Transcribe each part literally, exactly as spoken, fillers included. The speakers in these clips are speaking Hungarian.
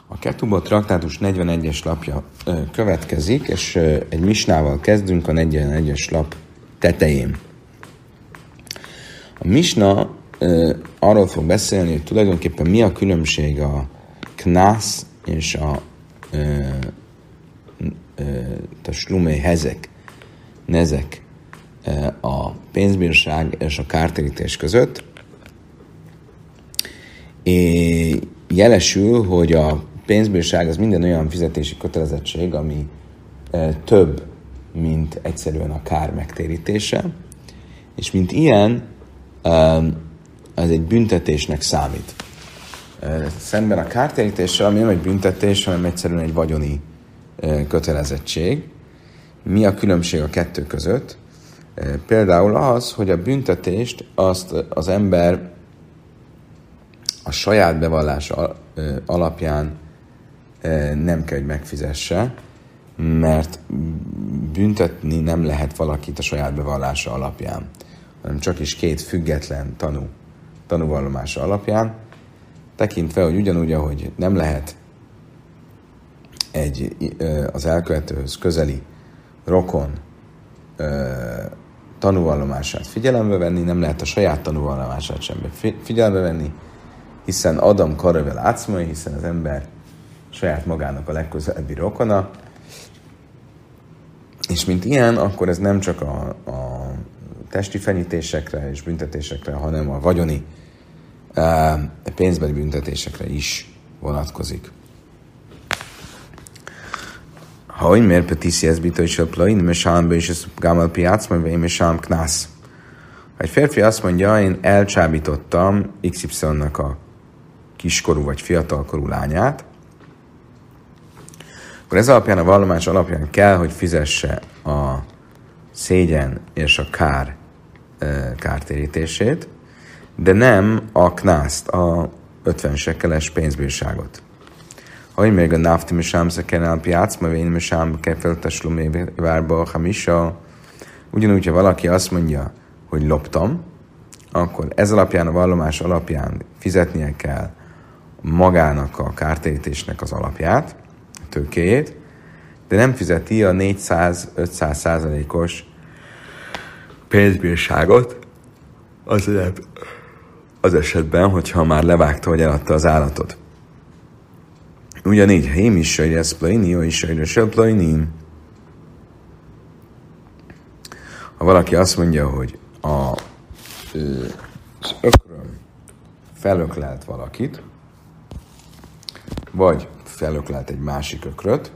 A Ketubot traktátus negyvenegyes lapja ö, következik, és ö, egy misnával kezdünk a negyvenegyes lap tetején. A misna ö, arról fog beszélni, hogy tulajdonképpen mi a különbség a knász és a ö, ö, taslumé hezek, nezek, ö, a pénzbírság és a kártérítés között. És jelesül, hogy a pénzbírság az minden olyan fizetési kötelezettség, ami e, több, mint egyszerűen a kár megtérítése, és mint ilyen, e, az egy büntetésnek számít. E, szemben a kártérítéssel, ami nem egy büntetés, hanem egyszerűen egy vagyoni e, kötelezettség. Mi a különbség a kettő között? E, például az, hogy a büntetést azt az ember a saját bevallása alapján nem kell, hogy megfizesse, mert büntetni nem lehet valakit a saját bevallása alapján, hanem csak is két független tanú, tanúvallomása alapján, tekintve, hogy ugyanúgy, ahogy nem lehet egy az elkövetőhöz közeli rokon tanúvallomását figyelembe venni, nem lehet a saját tanúvallomását sem figyelembe venni, hiszen Adam karavel átszmai, hiszen az ember saját magának a legközelebbi rokona, és mint ilyen, akkor ez nem csak a, a testi fenyítésekre és büntetésekre, hanem a vagyoni a pénzbeli büntetésekre is vonatkozik. Ha úgy miért petiszi ez bita is a plain, mert sámba is ez gámal piac, majd én sám knász. Ha egy férfi azt mondja, én elcsábítottam iksz ipszilonnak a kiskorú vagy fiatalkorú lányát, akkor ez alapján, a vallomás alapján kell, hogy fizesse a szégyen és a kár e, kártérítését, de nem a knászt, a ötven sekeles pénzbírságot. Ha én még a náftim és sámszaken piac, mert én és sám kefelteslumé várba hamisa, ugyanúgy, ha valaki azt mondja, hogy loptam, akkor ez alapján, a vallomás alapján fizetnie kell magának a kártérítésnek az alapját, a tőkéjét, de nem fizeti a négyszáz-ötszáz százalékos pénzbírságot az, az esetben, hogyha már levágta, vagy eladta az állatot. Ugyanígy, ha én is sajra szplaini, ő is sajra szplaini. Ha valaki azt mondja, hogy a, az ökröm felöklelt valakit, vagy felöklelt egy másik ökröt,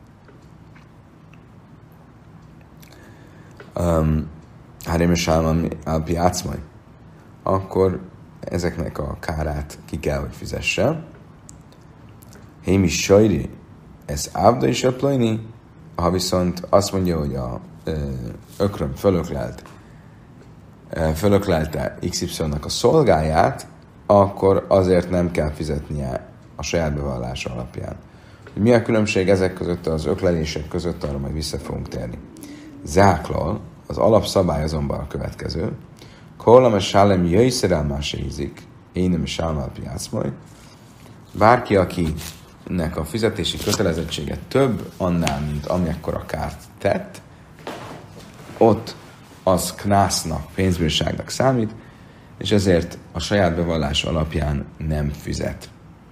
Hárémesállam álpi átszmaj, akkor ezeknek a kárát ki kell, hogy fizesse. Hémis sajri, ez ávda is öplajni, ha viszont azt mondja, hogy a ö, ökröm fölöklelt, fölöklelte iksz ipszilonnak a szolgáját, akkor azért nem kell fizetnie a saját bevallása alapján. Mi a különbség ezek között, az öklelések között, arra majd vissza fogunk térni. Záklal, az alapszabály azonban a következő. Kollam és sálem jöjszerel más ízik, én nem is sálmál piácmaj. Bárki, akinek a fizetési kötelezettsége több annál, mint amekkora kárt tett, ott az knásznak, pénzbírságnak számít, és ezért a saját bevallás alapján nem fizet.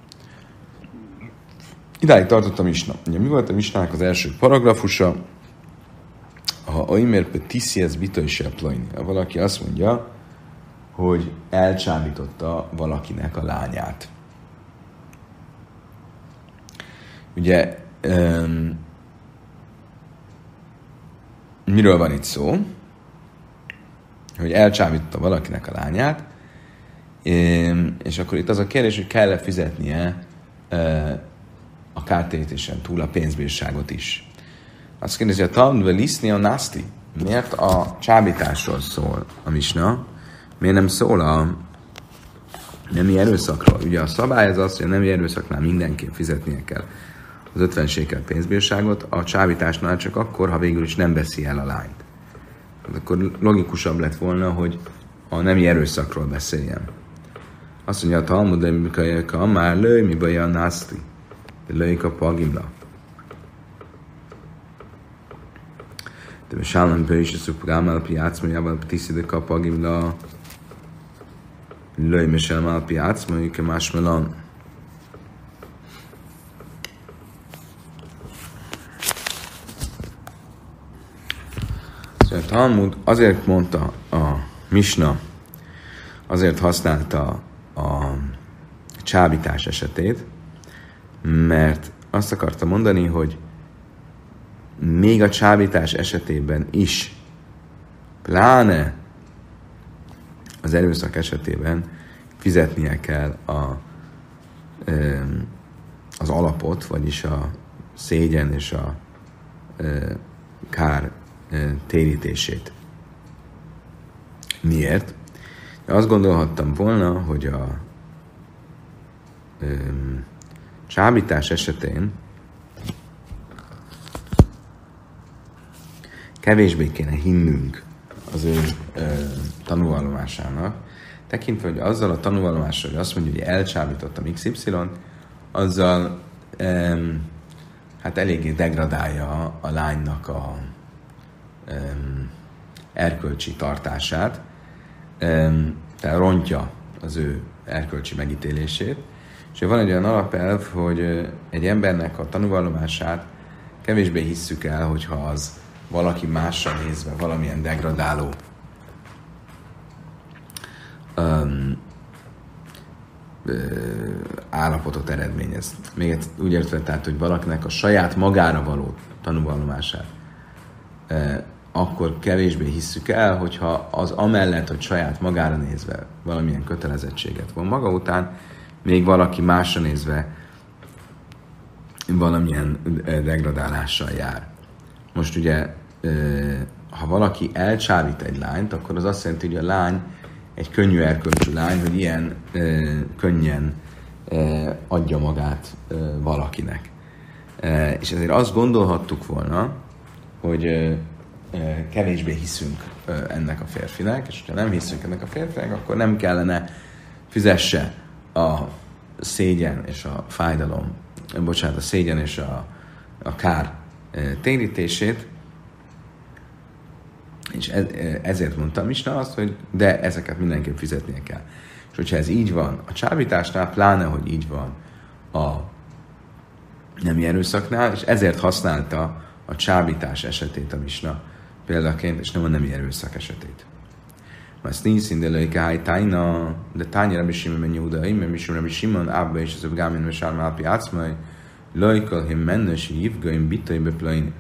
Idáig tartott a misna. Ugye, mi volt a misnának az első paragrafusa? Ha oimer petiszi ez bita is eplajni. Ha valaki azt mondja, hogy elcsábította valakinek a lányát. Ugye, um, miről van itt szó? Hogy elcsábította valakinek a lányát, és akkor itt az a kérdés, hogy kell-e fizetnie a kártérítésen túl a pénzbírságot is. Azt kérdezi, a Talmud veliszni a nászti. Miért a csábításról szól a misna? Miért nem szól a nemi erőszakról? Ugye a szabály az az, hogy a nemi erőszaknál mindenképp fizetnie kell az ötven sékel pénzbírságot, a csábításnál csak akkor, ha végül is nem veszi el a lányt. Akkor logikusabb lett volna, hogy a nemi erőszakról beszéljen. Azt mondja a Talmud, hogy már lőj, mi baj a nászti. de lőjka pagimla. De besállam pős, és szuprámál piácmajával, tiszideká pagimla, lőj meselmál piácmaj, ke másmelan. Szóval a Talmud azért mondta a Misna, azért használta a csábítás esetét, mert azt akarta mondani, hogy még a csábítás esetében is, pláne az erőszak esetében fizetnie kell a, az alapot, vagyis a szégyen és a kár térítését. Miért? Azt gondolhattam volna, hogy a öm, csábítás esetén kevésbé kéne hinnünk az ő ö, tanúvallomásának, tekintve, hogy azzal a tanúvallomással, hogy azt mondja, hogy elcsábítottam iksz ipszilont, azzal öm, hát eléggé degradálja a lánynak a öm, erkölcsi tartását, öm, tehát rontja az ő erkölcsi megítélését, és van egy olyan alapelv, hogy egy embernek a tanúvallomását kevésbé hisszük el, hogyha az valaki másra nézve valamilyen degradáló um, állapotot eredményez. Még úgy értve, tehát, hogy valakinek a saját magára való tanúvallomását e, akkor kevésbé hisszük el, hogyha az amellett, hogy saját magára nézve valamilyen kötelezettséget von maga után, még valaki másra nézve valamilyen degradálással jár. Most ugye, ha valaki elcsábít egy lányt, akkor az azt jelenti, hogy a lány egy könnyű erkölcsű lány, hogy ilyen könnyen adja magát valakinek. És ezért azt gondolhattuk volna, hogy kevésbé hiszünk ennek a férfinek, és ha nem hiszünk ennek a férfinek, akkor nem kellene fizesse a szégyen és a fájdalom, bocsánat, a szégyen és a, a kár térítését, és ez, ezért mondtam is azt, hogy de ezeket mindenképp fizetnie kell. És hogyha ez így van a csábításnál, pláne, hogy így van a nemi erőszaknál, és ezért használta a csábítás esetét a Misna példaként, és nem a nemi erőszak esetét. Mert nincs de lőjkáj tájna, de tányi Rabbi Simon ben Yehuda, mert Mishum Rabbi Simon, Abba és az Öbgámin Mesár Málpi Ácmai, lőjkal him mennösi hívgaim bitai beplaini.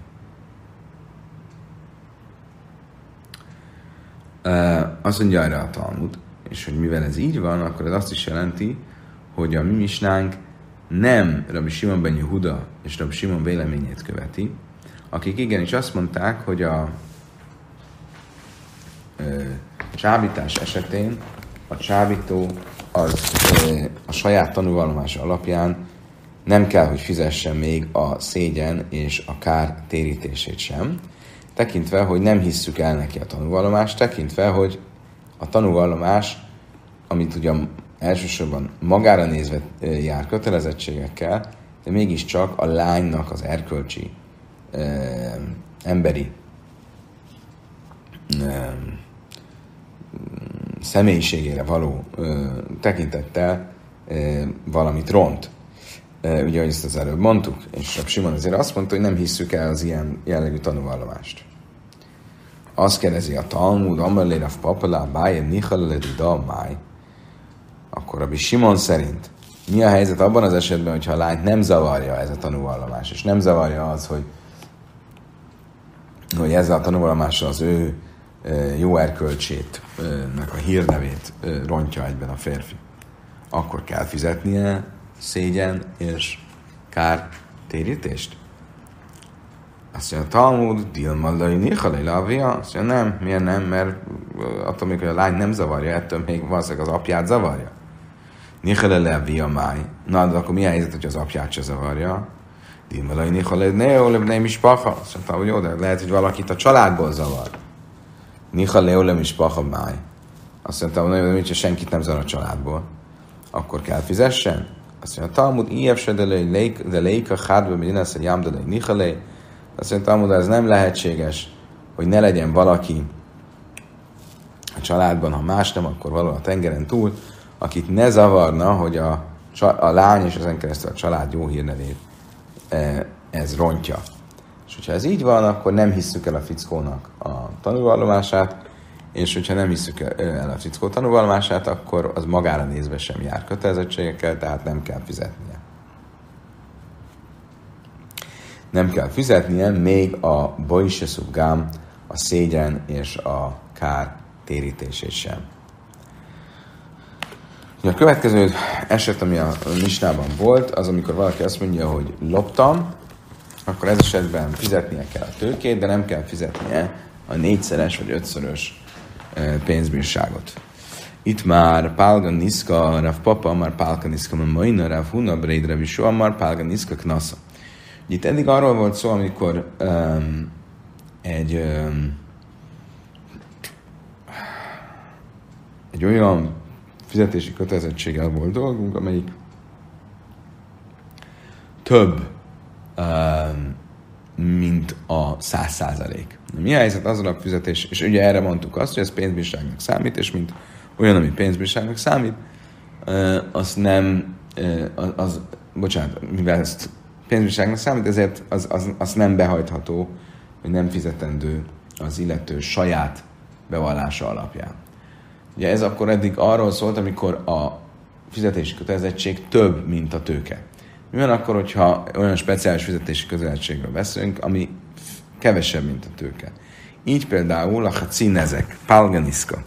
Azt mondja erre a Talmud, és hogy mivel ez így van, akkor ez azt is jelenti, hogy a mi misnánk nem Rabbi Simon ben Yehuda és Rabbi Simon véleményét követi, akik igenis azt mondták, hogy a ö, csábítás esetén a csábító az ö, a saját tanúvallomása alapján nem kell, hogy fizessen még a szégyen és a kár térítését sem, tekintve, hogy nem hisszük el neki a tanúvallomást, tekintve, hogy a tanúvallomás, amit ugyan elsősorban magára nézve jár kötelezettségekkel, de mégiscsak a lánynak az erkölcsi, eh, emberi eh, személyiségére való eh, tekintettel eh, valamit ront. Eh, ugye, hogy ezt az előbb mondtuk, és Simon azért azt mondta, hogy nem hisszük el az ilyen jellegű tanúvallomást. Azt kérdezi a Talmud, Amalé Rav Papa Bájem Nichaleledi Dalmáj, akkor Rabbi Simon szerint mi a helyzet abban az esetben, hogyha a lányt nem zavarja ez a tanúvallomás, és nem zavarja az, hogy, hogy ezzel a tanúvallomással az ő jó erkölcsét, nek a hírnevét rontja egyben a férfi, akkor kell fizetnie szégyen és kár térítést? Azt mondja, a Talmud, Dilmallai Nichalei Lavia, azt mondja, nem, miért nem, mert attól még, hogy a lány nem zavarja, ettől még valószínűleg az apját zavarja. Nichalei Lavia máj. Na, de akkor mi a helyzet, hogy az apját se zavarja? Dilmallai Nichalei Neoleb nem is paha. Azt mondta, hogy jó, de lehet, hogy valakit a családból zavar. Nichalei nem is paha máj. Azt mondta, hogy nincs, senkit nem zavar a családból. Akkor kell fizessen? Azt mondja, a Talmud, Ijevse de leika hádba, mint inasz, hogy jám de lej nichalé. Azt mondja, a Talmud, ez nem lehetséges, hogy ne legyen valaki a családban, ha más nem, akkor valahol a tengeren túl, akit ne zavarna, hogy a, a lány és ezen keresztül a család jó hírnevét ez rontja. És hogyha ez így van, akkor nem hisszük el a fickónak a tanúvallomását, és hogyha nem hisszük el a fickó tanúvallomását, akkor az magára nézve sem jár kötelezettségekkel, tehát nem kell fizetnie. Nem kell fizetnie még a boise szubgám, a szégyen és a kár térítését sem. A következő eset, ami a misnában volt, az, amikor valaki azt mondja, hogy loptam, akkor ez esetben fizetnie kell a tőkét, de nem kell fizetnie a négyszeres vagy ötszörös pénzbírságot. Itt már Pálga Niszka, Rav Papa, már Pálga Niszka, Maina, Rav Huna, Breid, Rav Yishua, már Pálga Niszka, Knasza. Itt eddig arról volt szó, amikor um, egy um, egy olyan fizetési kötelezettséggel volt dolgunk, amelyik több, um, mint a száz százalék. Mi a helyzet az alapfizetés? És ugye erre mondtuk azt, hogy ez pénzbírságnak számít, és mint olyan, ami pénzbírságnak számít, uh, az nem, uh, az, az, bocsánat, mivel ezt pénzbírságnak számít, ezért az, az, az nem behajtható, hogy nem fizetendő az illető saját bevallása alapján. Ugye ez akkor eddig arról szólt, amikor a fizetési kötelezettség több, mint a tőke. Mi van akkor, hogyha olyan speciális fizetési kötelezettségről beszélünk, ami kevesebb, mint a tőke? Így például a hacinezek, pálganiszka.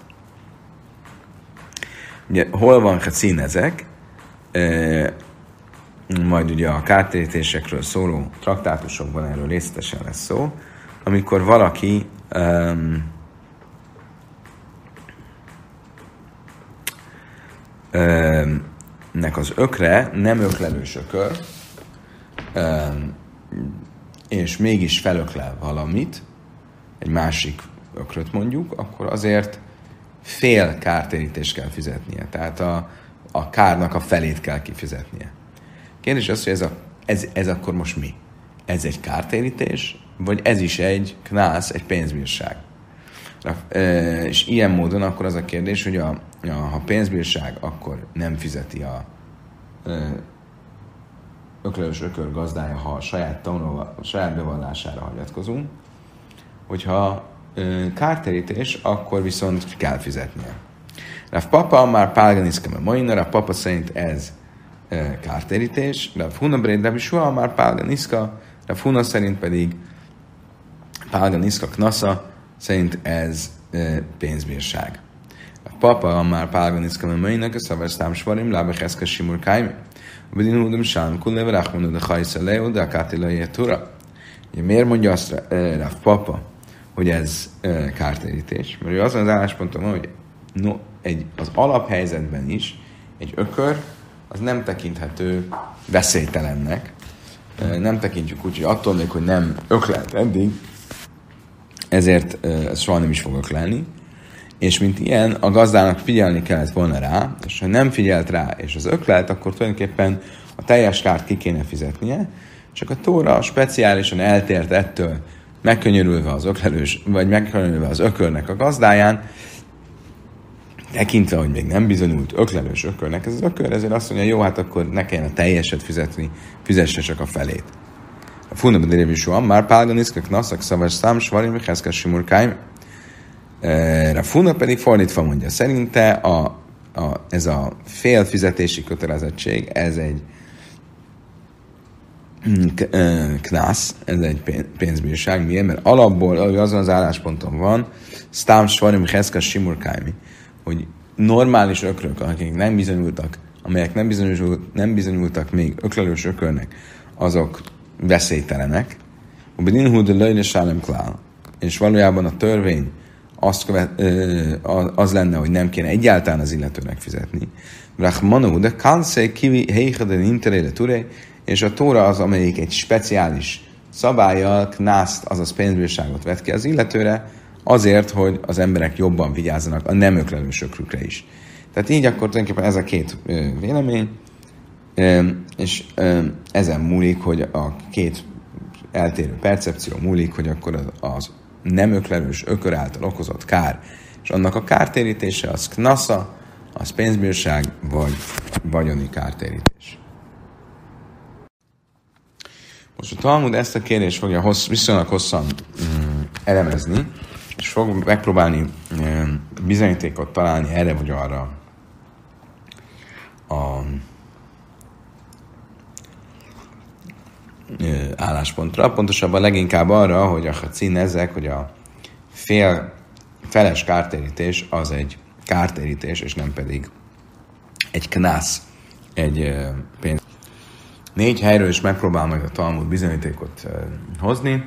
Ugye hol van hacinezek? E, majd ugye a kártérítésekről szóló traktátusokban erről részletesen lesz szó, amikor valaki um, um, nek az ökre nem öklelős ökör, um, és mégis felöklel valamit, egy másik ökröt mondjuk, akkor azért fél kártérítést kell fizetnie. Tehát a, a kárnak a felét kell kifizetnie. Kérdés az, hogy ez, a, ez, ez akkor most mi? Ez egy kártérítés, vagy ez is egy knász, egy pénzbírság? E, és ilyen módon akkor az a kérdés, hogy a, a, ha pénzbírság, akkor nem fizeti a e, öklelős ökör gazdája, ha a saját, tanulva, a saját bevallására hagyatkozunk. Hogyha e, kártérítés, akkor viszont kell fizetnie. Rav Papa már pálganiszkeme maina, Rav Papa szerint ez e, kártérítés, Rav Huna Breid, Rav Yishua már pálganiszka, Rav Huna szerint pedig pálganiszka knasza, szerint ez e, pénzbírság. Rav Papa már pálganiszkeme maina, köszönöm, szám svarim, lábecheszke simur kájmi. Bedin húdom sálom kulle, verachmanu de hajsza leo, de akátila tura. Miért mondja azt Rav Papa, hogy ez e, kártérítés? Mert ő azon az állásponton van, hogy no, egy, az alaphelyzetben is egy ökör az nem tekinthető veszélytelennek. E, nem tekintjük úgy, hogy attól még, hogy nem öklelt eddig, ezért e, ez soha nem is fog öklelni. És mint ilyen, a gazdának figyelni kellett volna rá, és ha nem figyelt rá, és az öklelt, akkor tulajdonképpen a teljes kárt ki kéne fizetnie, csak a Tóra speciálisan eltért ettől, megkönyörülve az öklelős, vagy megkönyörülve az ökörnek a gazdáján, tekintve, hogy még nem bizonyult öklelős ökörnek ez az ökör, ezért azt mondja, jó, hát akkor ne kelljen a teljeset fizetni, fizesse csak a felét. A Funa B'Rav Yishua már pálganiszkak naszak szavas szám, svarim, heszkes simur kájm. A Funa pedig fordítva mondja, szerinte a, a, ez a fél fizetési kötelezettség, ez egy knász, ez egy pénzbírság. Miért? Mert alapból azon az állásponton van, sztám svarim heszkes simur kájmi, hogy normális ökrök, akik nem bizonyultak, amelyek nem, bizonyult, nem bizonyultak még öklelős ökörnek, azok veszélytelenek. És valójában a törvény azt követ, az lenne, hogy nem kéne egyáltalán az illetőnek fizetni. És a Tóra az, amelyik egy speciális szabállyal knászt, azaz pénzbírságot vet ki az illetőre, azért, hogy az emberek jobban vigyázzanak a nem öklelős ökrükre is. Tehát így akkor tulajdonképpen ez a két vélemény, És ezen múlik, hogy a két eltérő percepció múlik, hogy akkor az, az nem öklerős ökör által okozott kár, és annak a kártérítése az knasza, az pénzbírság, vagy vagyoni kártérítés. Most a Talmud ezt a kérdést fogja hossz, viszonylag hosszan mm, elemezni, és fog megpróbálni mm, bizonyítékot találni erre vagy arra a álláspontra, pontosabban leginkább arra, hogy a hacin ezek, hogy a fél, feles kártérítés az egy kártérítés, és nem pedig egy knász, egy pénz. Négy helyről is megpróbál majd a Talmud bizonyítékot hozni,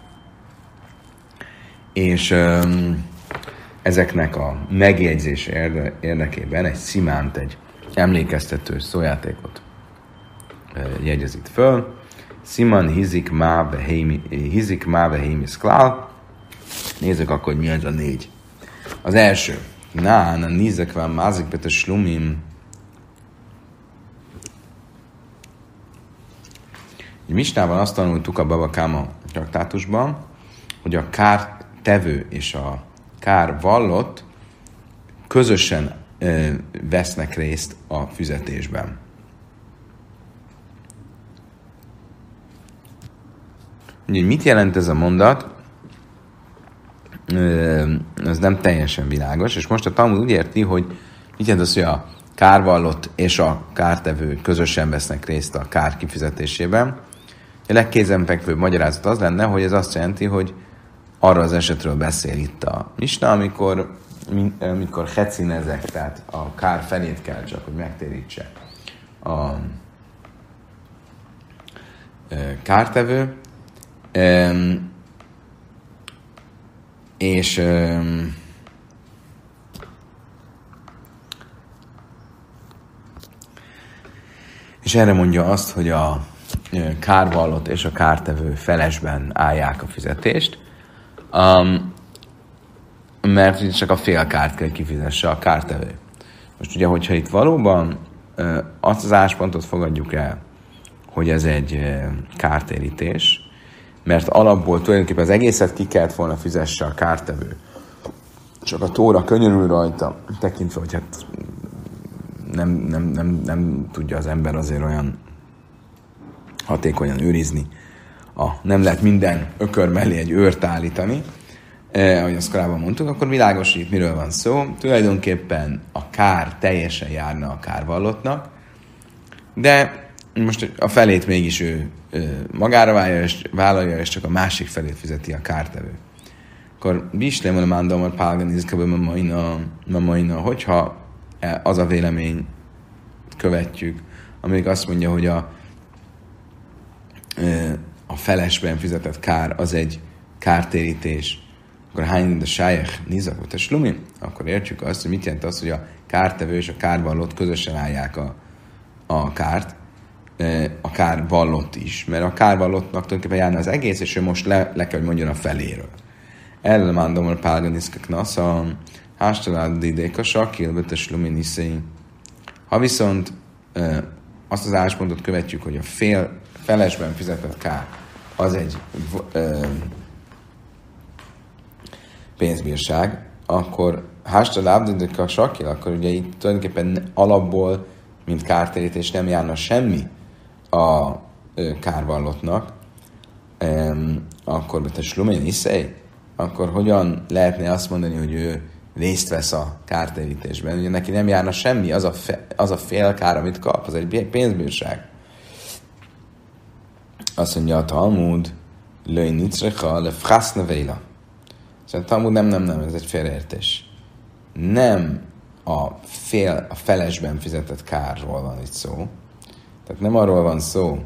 és ezeknek a megjegyzése érdekében egy szimánt, egy emlékeztető szójátékot jegyezít föl. Siman hizik má behémis klál. Nézzük akkor, hogy mi az a négy. Az első. Na, na nézzek van mázik bete slumim. Egy misnában azt tanultuk a Baba Káma traktátusban, hogy a kártevő és a kár vallott közösen ö, vesznek részt a fizetésben. Úgyhogy mit jelent ez a mondat? Ez nem teljesen világos, és most a Talmud úgy érti, hogy mit jelent az, hogy a kárvallott és a kártevő közösen vesznek részt a kár kifizetésében. A legkézenfekvőbb magyarázat az lenne, hogy ez azt jelenti, hogy arra az esetről beszél itt a misna, amikor, amikor hecinezek, tehát a kár felét kell csak, hogy megtérítse a kártevő, Um, és um, és erre mondja azt, hogy a kárvallott és a kártevő felesben állják a fizetést, um, mert csak a fél kárt kell kifizesse a kártevő. Most ugye, hogyha itt valóban uh, azt az álláspontot fogadjuk el, hogy ez egy uh, kártérítés, mert alapból tulajdonképpen az egészet ki kellett volna fizesse a kártevő. Csak a Tóra könyörül rajta, tekintve, hogy hát nem, nem, nem, nem tudja az ember azért olyan hatékonyan őrizni. A, nem lehet minden ökör mellé egy őrt állítani, eh, ahogy azt korábban mondtuk, akkor világos, hogy itt miről van szó. Tulajdonképpen a kár teljesen járna a kárvallottnak, de most a felét mégis ő magára vállalja és, vállalja, és csak a másik felét fizeti a kártevő. Akkor Bislém a Mándomar Pálganizkabő Mamaina, hogyha az a vélemény követjük, amelyik azt mondja, hogy a, a felesben fizetett kár az egy kártérítés, akkor hány de sájech nizakot a slumi, akkor értjük azt, hogy mit jelent az, hogy a kártevő és a kárvallott közösen állják a, a kárt, a kár vallott is, mert a kár vallottnak tulajdonképpen járna az egész, és ő most le, le kell, hogy mondjon a feléről. Erről mondom, hogy pálganiszkak nasz, a hástalád idék a sakil, betes luminiszei. Ha viszont e, azt az álláspontot követjük, hogy a fél felesben fizetett kár az egy e, pénzbírság, akkor hástalád idék a sakil, akkor ugye itt tulajdonképpen alapból, mint kártérítés nem járna semmi a kárvallottnak, akkor betes lumén iszej, akkor hogyan lehetne azt mondani, hogy ő részt vesz a kártérítésben? Ugye neki nem járna semmi, az a, fe, az a fél kár, amit kap, az egy pénzbírság. Azt mondja a Talmud, löj nicrecha le frászna véla. Szóval a Talmud nem, nem, nem, ez egy félreértés. Nem a fél, a felesben fizetett kárról van itt szó. Tehát nem arról van szó,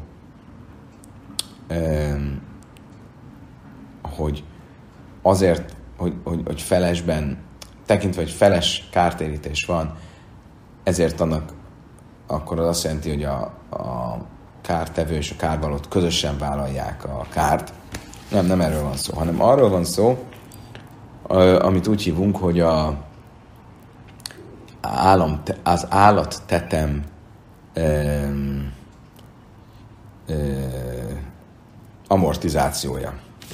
hogy azért, hogy, hogy, hogy felesben, tekintve, hogy feles kártérítés van, ezért annak akkor az azt jelenti, hogy a, a kártevő és a kárvallott közösen vállalják a kárt. Nem, nem erről van szó, hanem arról van szó, amit úgy hívunk, hogy a állam, az állattetem um, ö, amortizációja.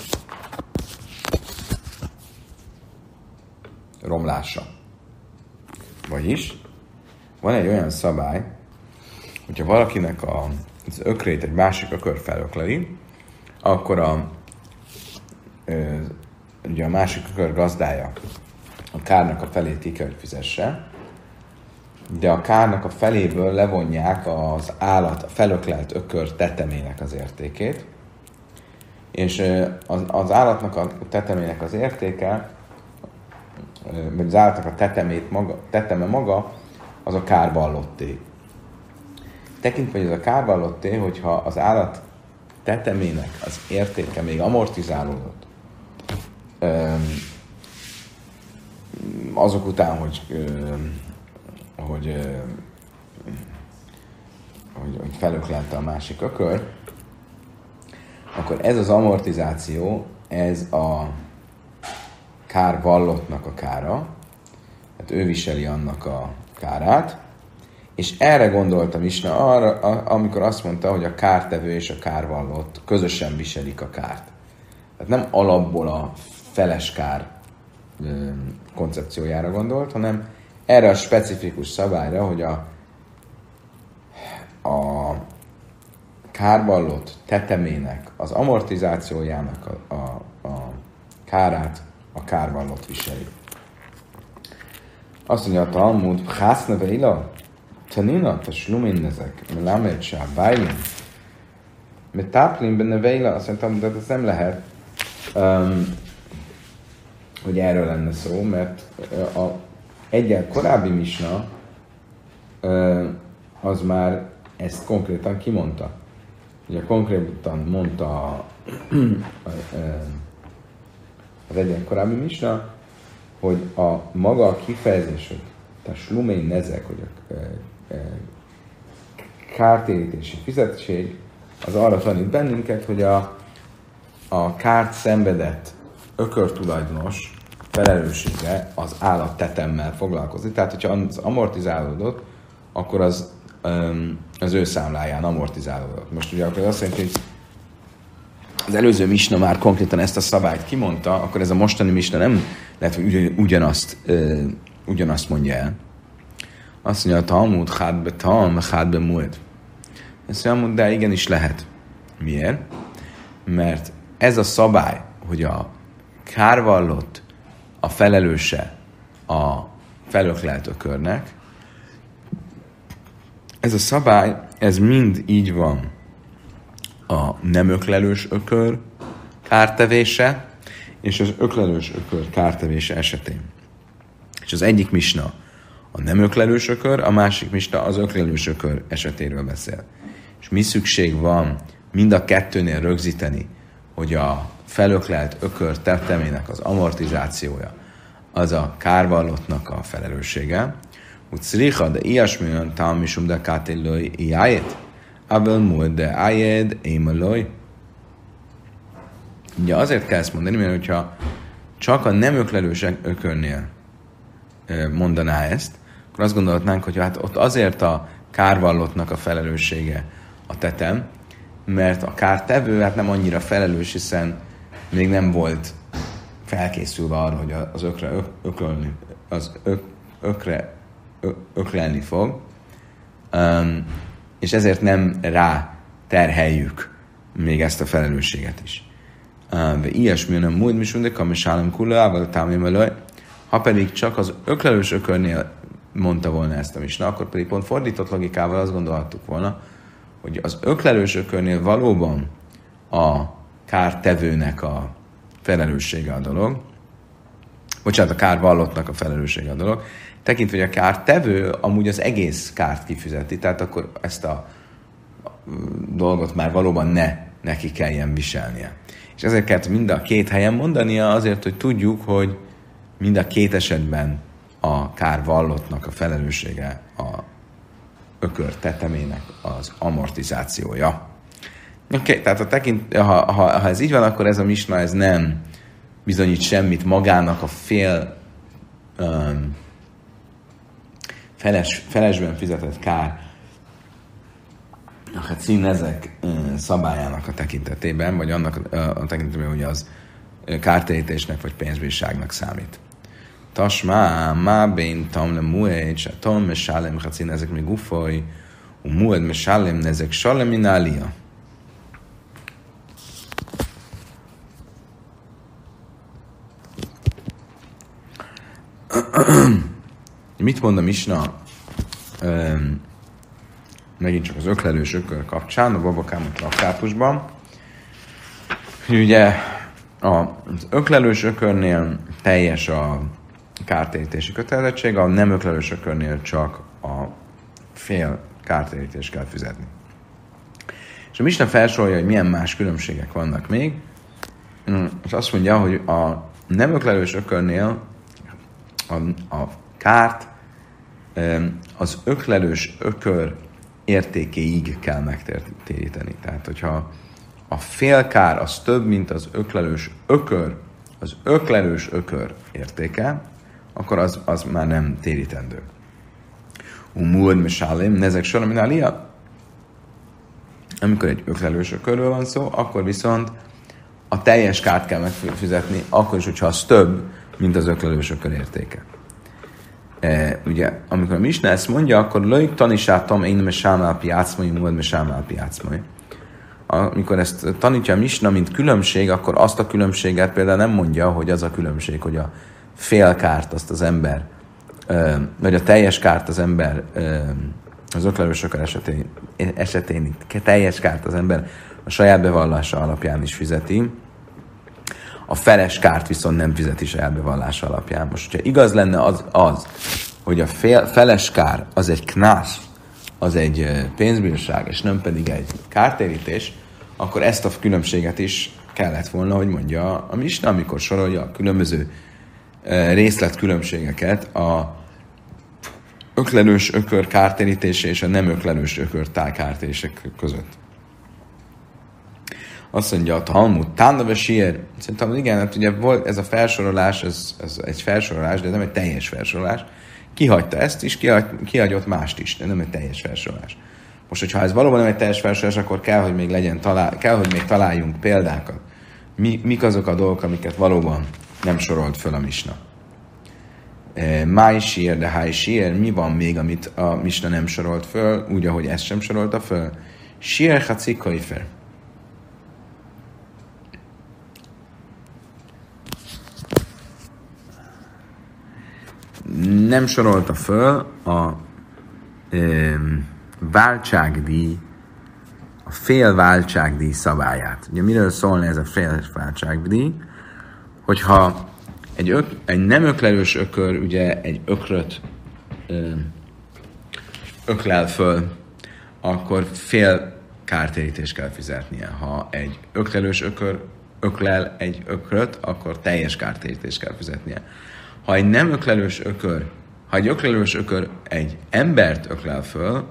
Romlása. Vagyis van egy olyan szabály, hogyha valakinek a, az ökrét egy másik ökör felökleli, akkor a, ö, ugye a másik ökör gazdája a kárnak a felét ki kell, hogy fizesse, de a kárnak a feléből levonják az állat, a felöklelt ökör tetemének az értékét, és az, az állatnak a tetemének az értéke, vagy az állatnak a tetemét maga, teteme maga, az a kárvallotté. Tekintve, hogy ez a kárvallotté, hogyha az állat tetemének az értéke még amortizálódott, azok után, hogy, hogy, hogy, hogy felöklelte a másik ökör, akkor ez az amortizáció, ez a kárvallottnak a kára, tehát ő viseli annak a kárát, és erre gondoltam Misna arra, amikor azt mondta, hogy a kártevő és a kárvallott közösen viselik a kárt. Tehát nem alapból a feles kár koncepciójára gondolt, hanem erre a specifikus szabályra, hogy a, a kárvallott tetemének, az amortizációjának a, a, a kárát a kárvallott viseli. Azt mondja a Talmud, Hászna veila, tanina, taslumin ezek, melamed se a bájlin, mert táplin benne veila, azt mondtam, de ez nem lehet, um, hogy erről lenne szó, mert a egyel korábbi misna uh, az már ezt konkrétan kimondta. Ugye konkrétan mondta az egyen korábbi misna, hogy a maga a kifejezés, hogy a slumén nezek, hogy a kártérítési fizetség, az arra tanít bennünket, hogy a, a kárt szenvedett ökörtulajdonos felelőssége az állattetemmel foglalkozni. Tehát, hogyha az amortizálódott, akkor az az ő számláján amortizálódott. Most ugye akkor azt jelenti, hogy az előző misna már konkrétan ezt a szabályt kimondta, akkor ez a mostani misna nem lehet, hogy ugyanazt, uh, ugyanazt mondja el. Azt mondja, a Talmud, hátbe talm, hátbe múlt. Ezt mondja, de igenis lehet. Miért? Mert ez a szabály, hogy a kárvallott a felelőse a felöklelt ökörnek, ez a szabály, ez mind így van a nem öklelős ökör kártevése, és az öklelős ökör kártevése esetén. És az egyik misna a nem öklelős ökör, a másik misna az öklelős ökör esetéről beszél. És mi szükség van mind a kettőnél rögzíteni, hogy a felöklelt ökör tettemének az amortizációja az a kárvallottnak a felelőssége, úgy szricha, de ilyesmilyen talmisum de kátélői ijájét, abel múlt de ájéd émelői. Ugye azért kell ezt mondani, mert hogyha csak a nem öklelős ökörnél mondaná ezt, akkor azt gondolhatnánk, hogy hát ott azért a kárvallottnak a felelőssége a tetem, mert a kártevő hát nem annyira felelős, hiszen még nem volt felkészülve arra, hogy az ökre ök, ökölni, az ök, ökre ö, öklelni fog, um, és ezért nem rá terheljük még ezt a felelősséget is. De ilyesmi nem múlt, mi de kamisálom kullával támim. Ha pedig csak az öklelős ökörnél mondta volna ezt a misna, akkor pedig pont fordított logikával azt gondolhattuk volna, hogy az öklelős ökörnél valóban a kártevőnek a felelőssége a dolog, bocsánat, a kárvallottnak a felelőssége a dolog, tekintve, hogy a kártevő amúgy az egész kárt kifizeti, tehát akkor ezt a dolgot már valóban ne neki kelljen viselnie. És ezért kellett mind a két helyen mondania azért, hogy tudjuk, hogy mind a két esetben a kárvallottnak a felelőssége a ökör tetemének az amortizációja. Oké, okay, tehát a tekint, ha, ha, ha ez így van, akkor ez a misna ez nem bizonyít semmit magának a fél um, feles, felesben fizetett kár, hát szín ezek szabályának a tekintetében, vagy annak a tekintetében, hogy az kártérítésnek vagy pénzbírságnak számít. Tasmá, má bén tam le mued, se tom me sálem hacin ezek még ufoly, u mued me sálem ezek salem inália. Mit mond a Misna um, megint csak az öklelős ökör kapcsán, a Babakámot traktátusban. Ugye az öklelős ökörnél teljes a kártérítési kötelezettség, a nem öklelős ökörnél csak a fél kártérítést kell fizetni. És a Misna felsorolja, hogy milyen más különbségek vannak még, és azt mondja, hogy a nem öklelős ökörnél a, a kárt az öklelős ökör értékéig kell megtéríteni. Tehát, hogyha a félkár az több, mint az öklelős ökör, az öklelős ökör értéke, akkor az, az már nem térítendő. Umúd mesálém, nezek sorominália. Amikor egy öklelős ökörről van szó, akkor viszont a teljes kárt kell megfizetni, akkor is, hogyha az több, mint az öklelős ökör értéke. E, ugye, amikor a Misna ezt mondja, akkor lőjük tanísátom, én me sámál piácmai, múlad me sámál piácmai. Amikor ezt tanítja a Misna, mint különbség, akkor azt a különbséget például nem mondja, hogy az a különbség, hogy a fél kárt azt az ember, vagy a teljes kárt az ember, az öklelős ökör esetén, esetén teljes kárt az ember a saját bevallása alapján is fizeti, a feles kárt viszont nem fizeti saját bevallása alapján. Most, hogyha igaz lenne az, az hogy a fél, feles kár az egy knász, az egy pénzbírság, és nem pedig egy kártérítés, akkor ezt a különbséget is kellett volna, hogy mondja a Misna, amikor sorolja a különböző részletkülönbségeket a öklelős ökör kártérítése és a nem öklelős ökör kártérítések között. Azt mondja a Talmud, Tánave Sier, szerintem igen, hát ugye volt ez a felsorolás, ez, ez egy felsorolás, de nem egy teljes felsorolás. Kihagyta ezt is, kihagy, kihagyott mást is, de nem egy teljes felsorolás. Most, hogyha ez valóban nem egy teljes felsorolás, akkor kell, hogy még legyen talál, kell, hogy még találjunk példákat. Mi, mik azok a dolgok, amiket valóban nem sorolt föl a Misna. Máj sír, de háj sír, mi van még, amit a Misna nem sorolt föl, úgy, ahogy ezt sem sorolta föl? Sír haci kaifer. Nem sorolta föl a ö, váltságdíj, a fél váltságdíj szabályát. Ugye miről szólna ez a fél váltságdíj? Hogyha egy, ök, egy nem öklelős ökör, ugye egy ökröt ö, öklel föl, akkor fél kártérítést kell fizetnie. Ha egy öklelős ökör öklel egy ökröt, akkor teljes kártérítést kell fizetnie. Ha egy nem öklelős ökör, ha egy öklelős ökör egy embert öklel föl,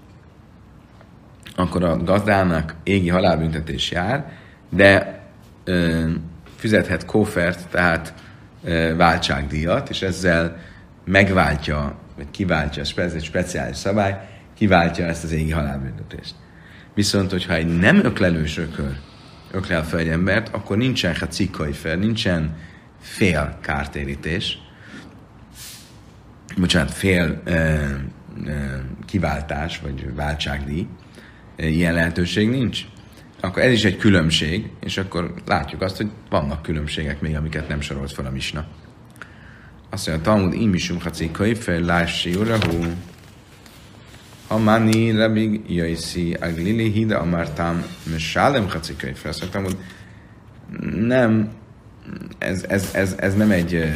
akkor a gazdának égi halálbüntetés jár, de ö, fizethet kófert, tehát ö, váltságdíjat, és ezzel megváltja, vagy kiváltja, ez egy speciális szabály, kiváltja ezt az égi halálbüntetést. Viszont, hogyha egy nem öklelős ökör öklel fel egy embert, akkor nincsen hacikai fel, nincsen fél kártérítés, bocsánat, fél ö, ö, kiváltás, vagy váltságdíj, ilyen lehetőség nincs, akkor ez is egy különbség, és akkor látjuk azt, hogy vannak különbségek még, amiket nem sorolt fel a Misna. Azt mondja, Talmud imisum hacikai fel lássi urahu, ha mani rabig jaiszi aglili hida amartam mesálem hacikai fel. Azt mondtam, hogy nem, ez, ez, ez, ez nem egy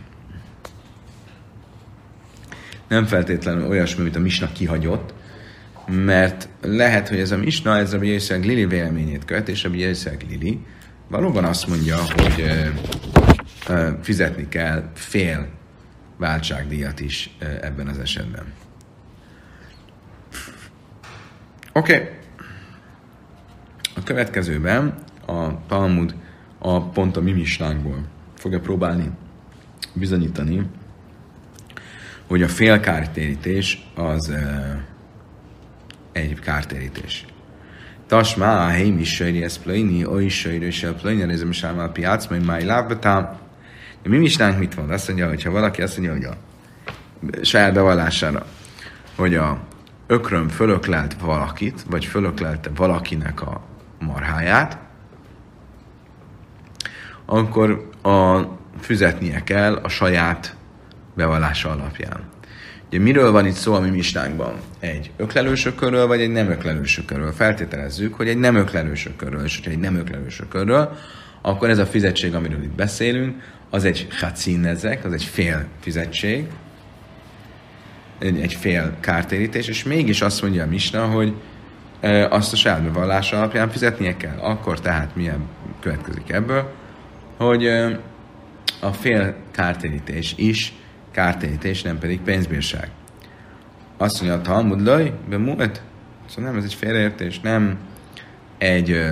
nem feltétlenül olyasmi, amit a Misna kihagyott, mert lehet, hogy ez a Misna, ez a Jöjszeg Lili véleményét követ, és a Jöjszeg Lili valóban azt mondja, hogy ö, ö, fizetni kell fél váltságdíjat is ö, ebben az esetben. Oké. Okay. A következőben a Talmud a pont a mi Misnánkból fogja próbálni bizonyítani, hogy a fél kártérítés az ö, egy kártérítés. Tasmá, heim is söjri ezt plöjni, oly söjri se plöjni, ez most már a piac, majd máj lábbetám. Mi misnánk mit mond? Azt mondja, hogyha valaki azt mondja, hogy a saját bevallására, hogy a ökröm fölöklelt valakit, vagy fölöklelte valakinek a marháját, akkor a, fizetnie kell a saját bevallása alapján. Ugye miről van itt szó a mi misnánkban? Egy öklelősökörről, vagy egy nem öklelősökörről? Feltételezzük, hogy egy nem öklelősökörről, és hogyha egy nem öklelősökörről, akkor ez a fizetség, amiről itt beszélünk, az egy hacinezek, az egy fél fizetség, egy, egy fél kártérítés, és mégis azt mondja a misna, hogy e, azt a saját bevallása alapján fizetnie kell. Akkor tehát milyen következik ebből, hogy e, a fél kártérítés is kártérítés, nem pedig pénzbírság. Azt mondja a Talmud, laj, be múlt. Szóval nem, ez egy félreértés, nem egy ö,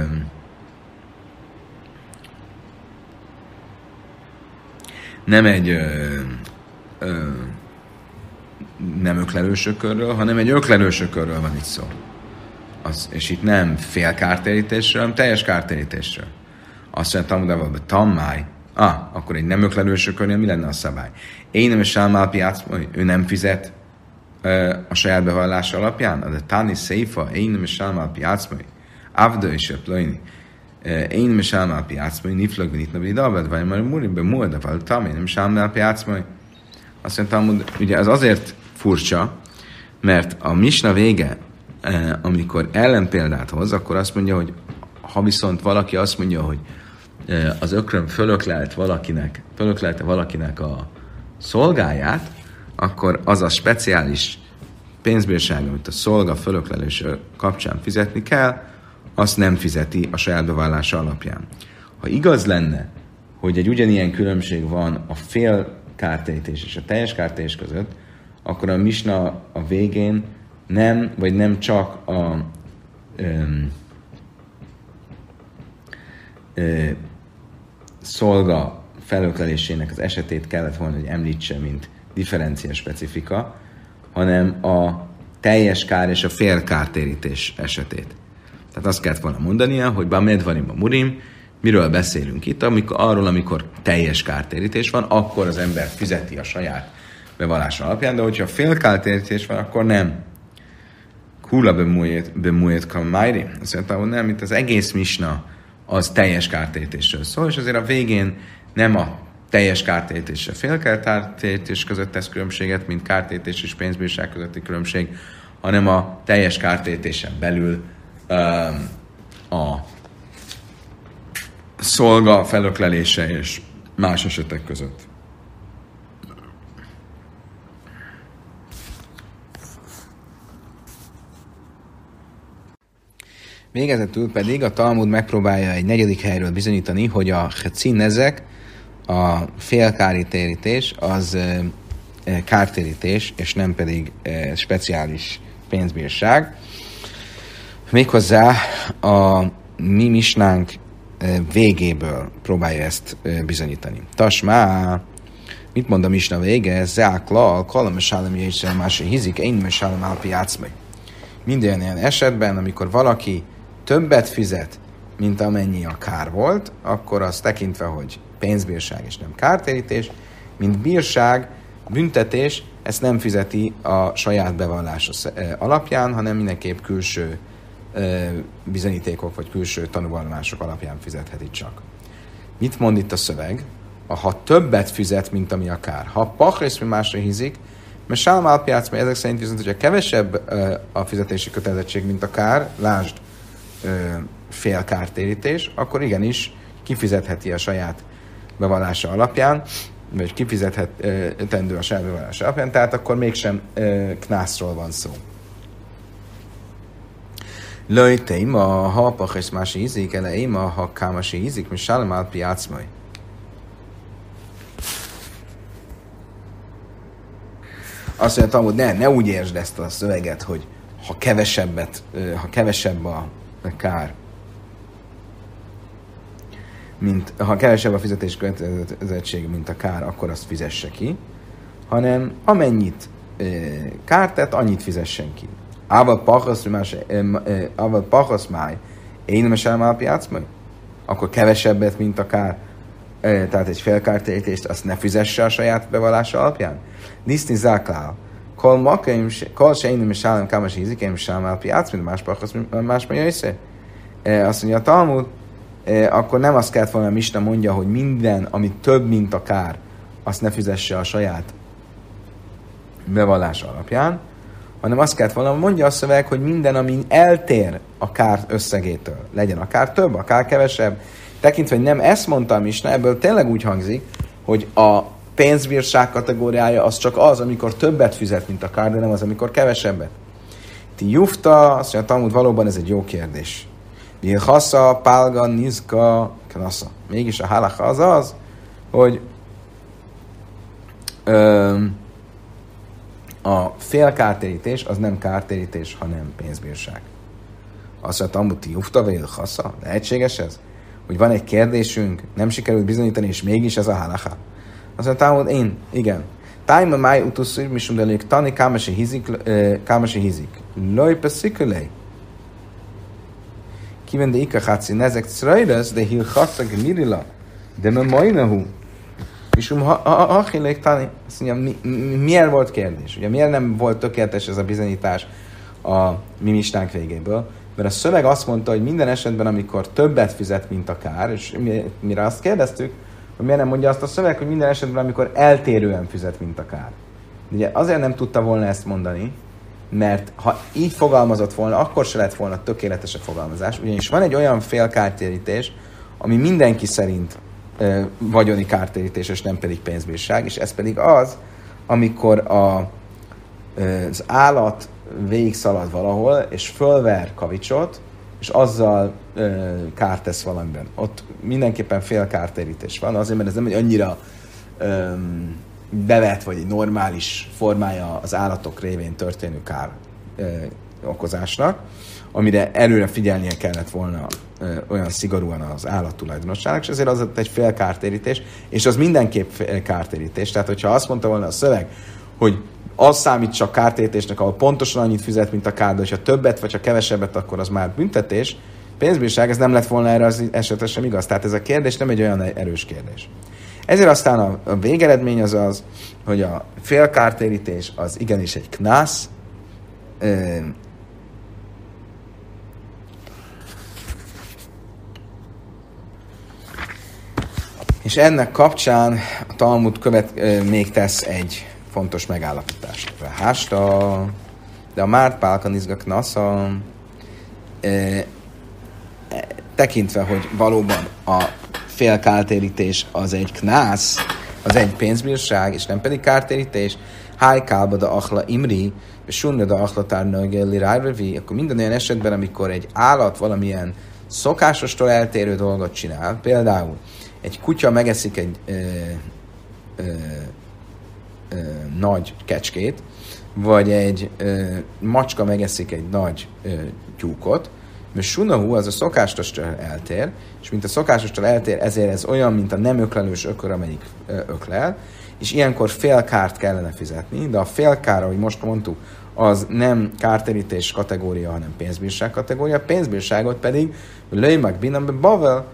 nem egy ö, ö, nem öklelősökörről, hanem egy öklelősökörről van itt szó. Az, és itt nem fél kártérítésről, hanem teljes kártérítésről. Azt mondja a Talmudával, be tammáj. Ah, akkor egy nem öklelősökörnél mi lenne a szabály? Én nem is állmál piac, ő nem fizet uh, a saját bevallása alapján? De Tani Széfa, én nem is állmál piac, Avda is a plöjni. Én nem is állmál piac, niflög, mint nitnabi dabad, vagy már múlva, múlva, vagy tam, én nem is állmál piac, azt mondtam, ugye az azért furcsa, mert a misna vége, uh, amikor ellenpéldát hoz, akkor azt mondja, hogy ha viszont valaki azt mondja, hogy az ökröm fölöklelt valakinek, fölöklelte valakinek a szolgáját, akkor az a speciális pénzbírság, amit a szolga fölöklelés kapcsán fizetni kell, azt nem fizeti a saját bevallása alapján. Ha igaz lenne, hogy egy ugyanilyen különbség van a fél kártérítés és a teljes kártérítés között, akkor a misna a végén nem, vagy nem csak a öm, ö, szolga felöklelésének az esetét kellett volna, hogy említse, mint differencia specifika, hanem a teljes kár és a fél kártérítés esetét. Tehát azt kellett volna mondania, hogy bamedvanim a murim, miről beszélünk itt, amikor, arról, amikor teljes kártérítés van, akkor az ember fizeti a saját bevallása alapján, de hogyha fél kártérítés van, akkor nem. Kula bemújét kamájri. Azt mondta, hogy nem, itt az egész misna az teljes kártérítésről szól, és azért a végén nem a teljes kártérítés és a fél kártérítés között tesz különbséget, mint kártérítés és pénzbírság közötti különbség, hanem a teljes kártérítésen belül um, a szolga felöklelése és más esetek között. Végezetül pedig a Talmud megpróbálja egy negyedik helyről bizonyítani, hogy a hacinezek, a félkártérítés, az e, kártérítés, és nem pedig e, speciális pénzbírság. Méghozzá a mi misnánk e, végéből próbálja ezt e, bizonyítani. Tasmá, mit mond a misna vége? Záklal, kalamesálem jégyszer másra hízik, én mesálem álpi játszmai. Minden ilyen esetben, amikor valaki többet fizet, mint amennyi a kár volt, akkor az tekintve, hogy pénzbírság és nem kártérítés, mint bírság, büntetés, ezt nem fizeti a saját bevallása alapján, hanem mindenképp külső bizonyítékok vagy külső tanúvallomások alapján fizetheti csak. Mit mond itt a szöveg? Ha többet fizet, mint ami a kár. Ha pachrész, mi másra hízik, mert sálmálpiác, mert ezek szerint viszont, hogyha kevesebb a fizetési kötelezettség, mint a kár, lásd fél kártérítés, akkor igenis kifizetheti a saját bevallása alapján, vagy kifizethetendő a saját bevallása alapján, tehát akkor mégsem knászról van szó. Lőjteim a ha pachrész mási hízik, eleim a ha kámasi hízik, mi sálmálpiác majd. Azt mondja, hogy ne, ne úgy értsd ezt a szöveget, hogy ha kevesebbet, ha kevesebb a kár, mint, ha kevesebb a fizetés kötelezettség, mint a kár, akkor azt fizesse ki, hanem amennyit kárt tett, annyit fizessen ki. Ával pachasz máj, én nem esem a piacmai, akkor kevesebbet, mint akár, tehát egy félkártérítést, azt ne fizesse a saját bevallása alapján. Niszni záklál. Kol makaim, kol se én nem esem, kámas hízik, én sem a piac, mint más pachasz, más mai össze. Azt mondja a Talmud, akkor nem azt kellett volna, a Misna mondja, hogy minden, ami több, mint a kár, azt ne fizesse a saját bevallása alapján, hanem azt kellett volna, mondja a szöveg, hogy minden, ami eltér a kár összegétől, legyen akár több, akár kevesebb, tekintve, hogy nem ezt mondta a Misna, ebből tényleg úgy hangzik, hogy a pénzbírság kategóriája az csak az, amikor többet fizet, mint a kár, de nem az, amikor kevesebbet. Ti jufta, azt mondja a Talmud, valóban ez egy jó kérdés. Vilhasza, pálga, nizka, knasza. Mégis a halacha az az, hogy öm, a félkártérítés az nem kártérítés, hanem pénzbírság. Azt mondja, Talmud, ti jufta, vilhasza? Lehetséges ez? Hogy van egy kérdésünk, nem sikerült bizonyítani, és mégis ez a halacha. Azt mondja, Talmud, én, igen. Tájma máj utuszír, misum delék tani, kámasi hizik, kámasi hizik. Lojpe szikölej. Kiven de ikaháci nezek czrajrez, de hilchatta gemirila, de me majnahu. Misum hachilék tani. Azt mondja, mi, mi, miért volt kérdés? Ugye miért nem volt tökéletes ez a bizonyítás a mi misnánk végéből? Mert a szöveg azt mondta, hogy minden esetben, amikor többet fizet, mint a kár, és mire azt kérdeztük, hogy miért nem mondja azt a szöveg, hogy minden esetben, amikor eltérően fizet, mint a kár. Ugye azért nem tudta volna ezt mondani, mert ha így fogalmazott volna, akkor se lett volna tökéletes a fogalmazás, ugyanis van egy olyan félkártérítés, ami mindenki szerint ö, vagyoni kártérítés, és nem pedig pénzbírság, és ez pedig az, amikor a, ö, az állat végigszalad valahol, és fölver kavicsot, és azzal ö, kárt tesz valamiben. Ott mindenképpen félkártérítés van, azért, mert ez nem egy annyira ö, bevett, vagy egy normális formája az állatok révén történő kár ö, okozásnak, amire előre figyelnie kellett volna ö, olyan szigorúan az állat tulajdonosságnak, és ezért az egy félkártérítés, és az mindenképp kártérítés. Tehát, hogyha azt mondta volna a szöveg, hogy az számít csak kártérítésnek, ahol pontosan annyit fizet, mint a kár, de hogyha többet vagy ha kevesebbet, akkor az már büntetés. Pénzbírság, ez nem lett volna erre az esetre sem igaz. Tehát ez a kérdés nem egy olyan erős kérdés. Ezért aztán a, a végeredmény az az, hogy a félkártérítés az igenis egy knász, és ennek kapcsán a Talmud követ, még tesz egy fontos megállapítást. Hásta, de a márt pálka nizga knasza, tekintve, hogy valóban a félkártérítés az egy knász, az egy pénzbírság, és nem pedig kártérítés, háj kálba da achla imri, és sunna da achla tárnageli rájvevi, akkor minden olyan esetben, amikor egy állat valamilyen szokásostól eltérő dolgot csinál, például egy kutya megeszik egy ö, ö, ö, nagy kecskét, vagy egy ö, macska megeszik egy nagy ö, tyúkot, mert sunahu az a szokásostól eltér, és mint a szokásostól eltér, ezért ez olyan, mint a nem öklelős ökör, amelyik ö, öklel, és ilyenkor fél kárt kellene fizetni, de a fél kár, ahogy most mondtuk, az nem kártérítés kategória, hanem pénzbírság kategória, a pénzbírságot pedig löjmak binambe bavel,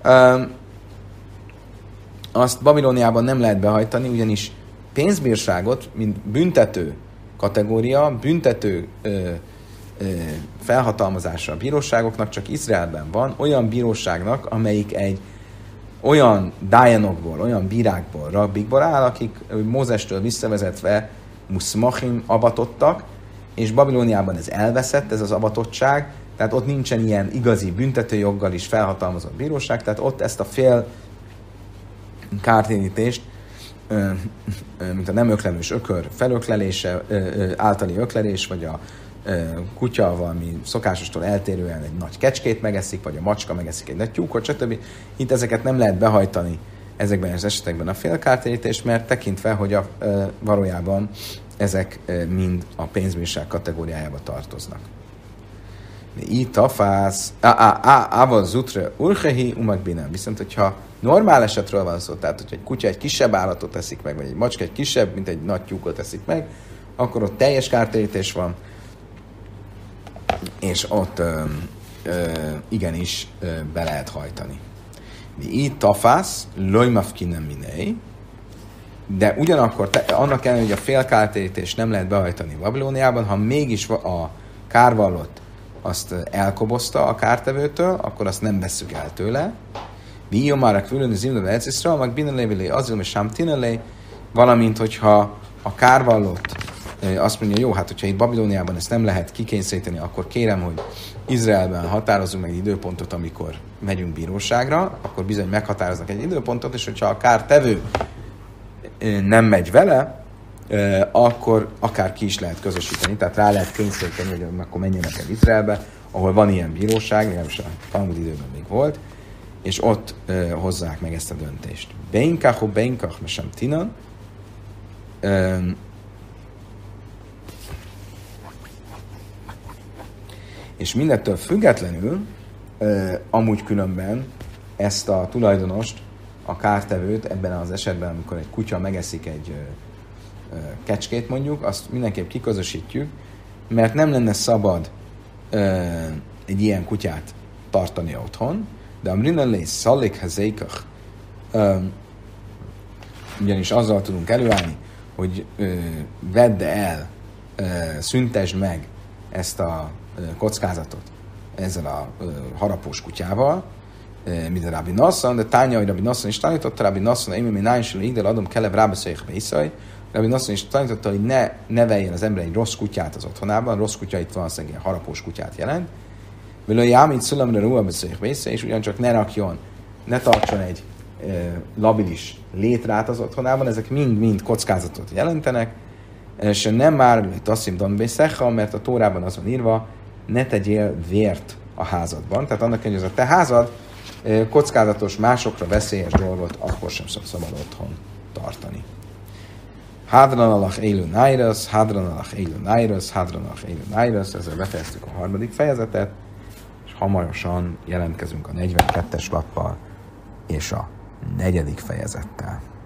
azt Babilóniában nem lehet behajtani, ugyanis pénzbírságot, mint büntető kategória, büntető ö, ö, felhatalmazása a bíróságoknak csak Izraelben van, olyan bíróságnak, amelyik egy olyan dájanokból, olyan bírákból, rabbikból áll, akik Mózestől visszavezetve muszmachim abatottak, és Babilóniában ez elveszett, ez az abatottság, tehát ott nincsen ilyen igazi büntetőjoggal is felhatalmazott bíróság, tehát ott ezt a fél kártérítést, mint a nem öklelős ökör felöklelése, általi öklelés, vagy a kutya valami szokásostól eltérően egy nagy kecskét megeszik, vagy a macska megeszik egy nagy tyúkot, stb. Itt ezeket nem lehet behajtani ezekben az esetekben a félkártérítést, mert tekintve, hogy a, valójában ezek mind a pénzbírság kategóriájába tartoznak. Így tafász, ával zutre urchehi umakbinem. Viszont, hogyha normál esetről van szó, tehát, hogyha egy kutya egy kisebb állatot eszik meg, vagy egy macska egy kisebb, mint egy nagy tyúkot eszik meg, akkor ott teljes kártérítés van, és ott ö, ö, igenis ö, be lehet hajtani. Mi itt tafász, lojmafkinem minei, de ugyanakkor te, annak ellenére, hogy a félkártérítést nem lehet behajtani Babilóniában, ha mégis a kárvallott azt elkobozta a kártevőtől, akkor azt nem vesszük el tőle. Mi jó már a külön az imdebe eciszra, meg binnelévilé azil, és sem tinelé, valamint, hogyha a kárvallott azt mondja, jó, hát hogyha itt Babilóniában ezt nem lehet kikényszeríteni, akkor kérem, hogy Izraelben határozzunk meg egy időpontot, amikor megyünk bíróságra, akkor bizony meghatároznak egy időpontot, és hogyha a kártevő nem megy vele, akkor akár ki is lehet közösíteni, tehát rá lehet kényszeríteni, hogy akkor menjenek el Izraelbe, ahol van ilyen bíróság, legalábbis a Talmud időben még volt, és ott hozzák meg ezt a döntést. Beinkach, beinkach, mesem tinan, és mindettől függetlenül, amúgy különben ezt a tulajdonost, a kártevőt ebben az esetben, amikor egy kutya megeszik egy ö, ö, kecskét mondjuk, azt mindenképp kiközösítjük, mert nem lenne szabad ö, egy ilyen kutyát tartani otthon, de a mrinelé szallik hazékach, ugyanis azzal tudunk előállni, hogy ö, vedd el, ö, szüntesd meg ezt a ö, kockázatot ezzel a ö, harapós kutyával, mint a Rabbi Nassan, de tánya, hogy Rabbi Nassan is tanította, Rabbi Nassan, én még nájn sül idel adom kelev rábeszéljek beiszaj. Rabbi Nassan is tanította, hogy ne neveljen az ember egy rossz kutyát az otthonában, rossz kutya itt valószínűleg ilyen harapós kutyát jelent. Vele jámint szulamra ruha beszéljek beiszaj, és ugyancsak ne rakjon, ne tartson egy e, labilis létrát az otthonában, ezek mind-mind kockázatot jelentenek, és nem már tasszim don beiszecha, mert a Tórában az van írva, ne tegyél vért a házadban, tehát annak, hogy ez a te házad, kockázatos, másokra veszélyes dolgot akkor sem szabad otthon tartani. Hadran alach élő nájrasz, hadran alach élő nájrasz, hadran alach élő nájrasz, ezzel befejeztük a harmadik fejezetet, és hamarosan jelentkezünk a negyvenkettes lappal és a negyedik fejezettel.